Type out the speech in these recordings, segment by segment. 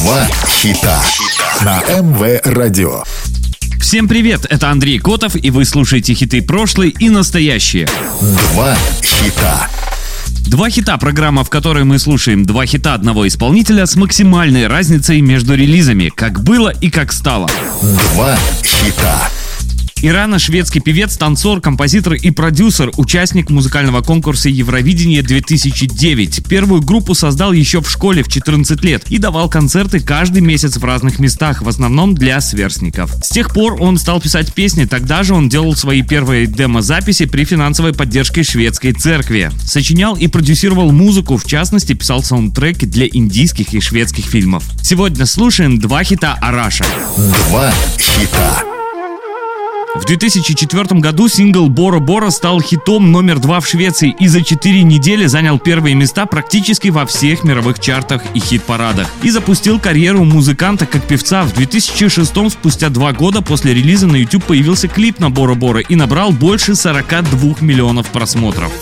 Два хита на МВ Радио. Всем привет, это Андрей Котов, и вы слушаете хиты прошлые и настоящие. Два хита. Два хита — программа, в которой мы слушаем два хита одного исполнителя с максимальной разницей между релизами, как было и как стало. Два хита. Ирано-шведский певец, танцор, композитор и продюсер, участник музыкального конкурса Евровидение 2009. Первую группу создал еще в школе в 14 лет и давал концерты каждый месяц в разных местах, в основном для сверстников. С тех пор он стал писать песни, тогда же он делал свои первые демо-записи при финансовой поддержке шведской церкви. Сочинял и продюсировал музыку, в частности писал саундтреки для индийских и шведских фильмов. Сегодня слушаем два хита Араша. Два хита. В 2004 году сингл «Бора Бора» стал хитом номер 2 в Швеции и за 4 недели занял первые места практически во всех мировых чартах и хит-парадах. И запустил карьеру музыканта как певца. В 2006, спустя 2 года после релиза, на YouTube появился клип на «Бора Бора» и набрал больше 42 миллионов просмотров.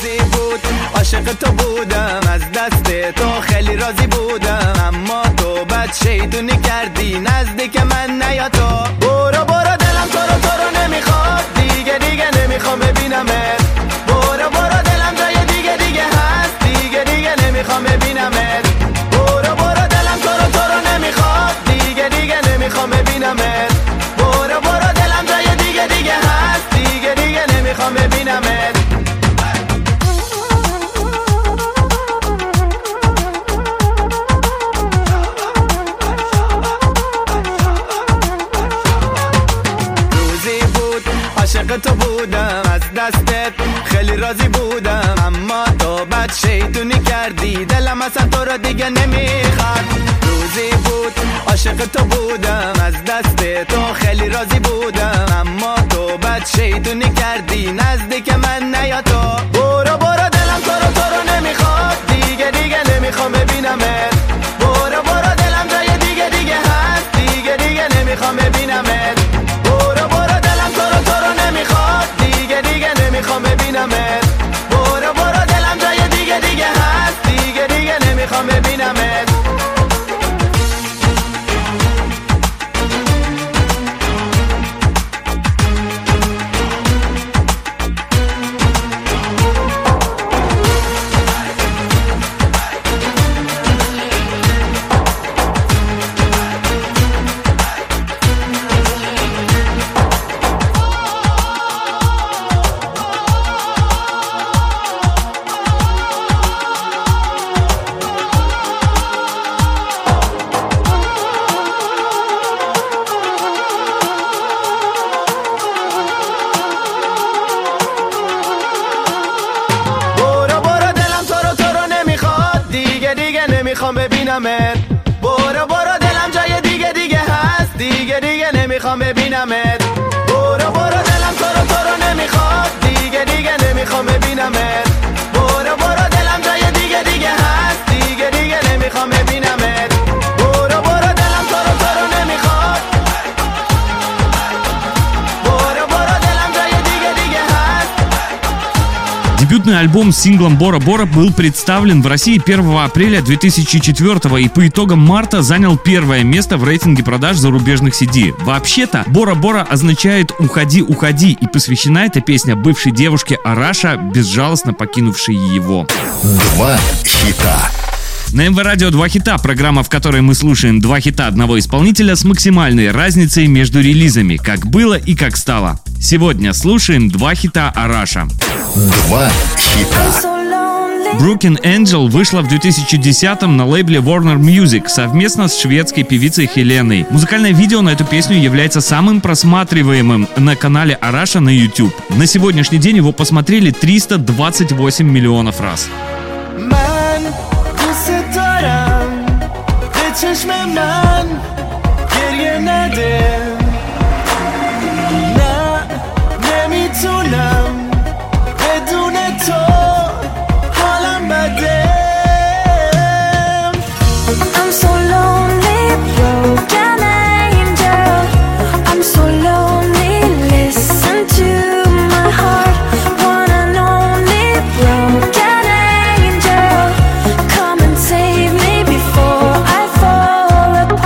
عاشق تو بودم از دستت خیلی راضی بودم اما تو بد شیطونی کردی دلم اصلا تو رو دیگه نمیخواد روزی بود عاشق تو بودم از دست تو خیلی راضی بودم اما تو بد شیطونی کردی نزدیک من نیا تو برو برو دلم تو رو نمیخواد دیگه نمیخوام ببینمت برو برو دلم جای دیگه هست دیگه نمیخوام ببینمت برو برو دلم تو رو نمیخواد دیگه نمیخوام ببینمت برو برو دلم جای دیگه هست دیگه نمیخوام ببینمت نمیخوام ببینمت برو برو دلم جای دیگه هست دیگه نمیخوام ببینمت برو برو دلم تو رو نمیخواد دیگه نمیخوام ببینمت برو برو دلم جای دیگه هست دیگه نمیخوام ببینمت برو برو دلم تو رو نمیخواد برو برو دلم جای دیگه هست. Дебютный альбом с синглом «Бора Бора» был представлен в России 1 апреля 2004 и по итогам марта занял первое место в рейтинге продаж зарубежных CD. Вообще-то «Бора Бора» означает «Уходи, уходи», и посвящена эта песня бывшей девушке Араша, безжалостно покинувшей его. Два хита. На МВ Радио «Два хита» — программа, в которой мы слушаем два хита одного исполнителя с максимальной разницей между релизами, как было и как стало. Сегодня слушаем два хита Араша. Два хита. Broken Angel вышла в 2010-м на лейбле Warner Music совместно с шведской певицей Хеленой. Музыкальное видео на эту песню является самым просматриваемым на канале Араша на YouTube. На сегодняшний день его посмотрели 328 миллионов раз. I'm so lonely, broken angel. I'm so lonely, listen to my heart. One and only broken angel. Come and save me before I fall apart.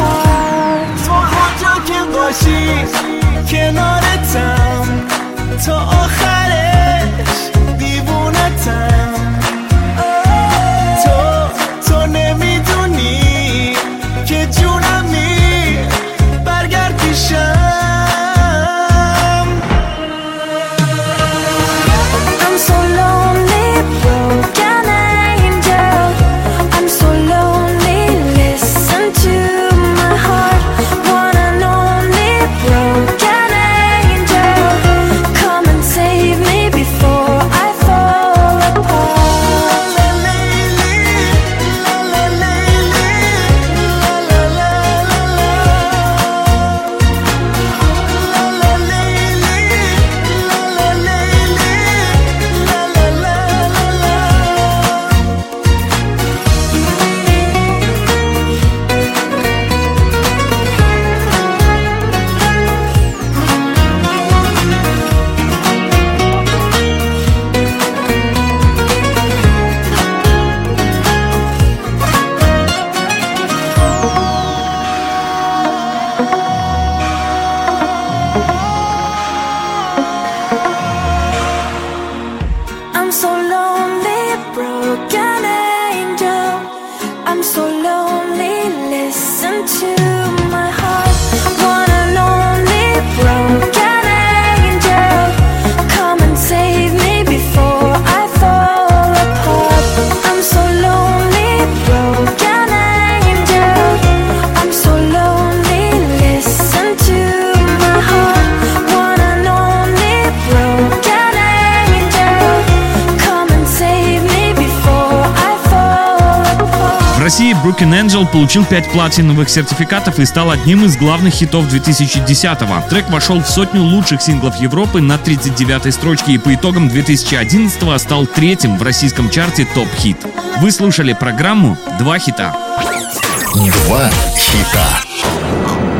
lonely, listen to my heart. One and only broken angel, come and save me before I fall apart. I'm so lonely, broken angel, I'm so lonely, listen to my heart. One and only broken angel, come and save me before I fall apart. В России Broken Angel получил 5 платиновых сертификатов и стал одним из главных хитов 2010-го. Трек вошел в 100 лучших синглов Европы на 39-й строчке и по итогам 2011-го стал 3-м в российском чарте Топ Хит. Вы слушали программу «Два хита». Два хита.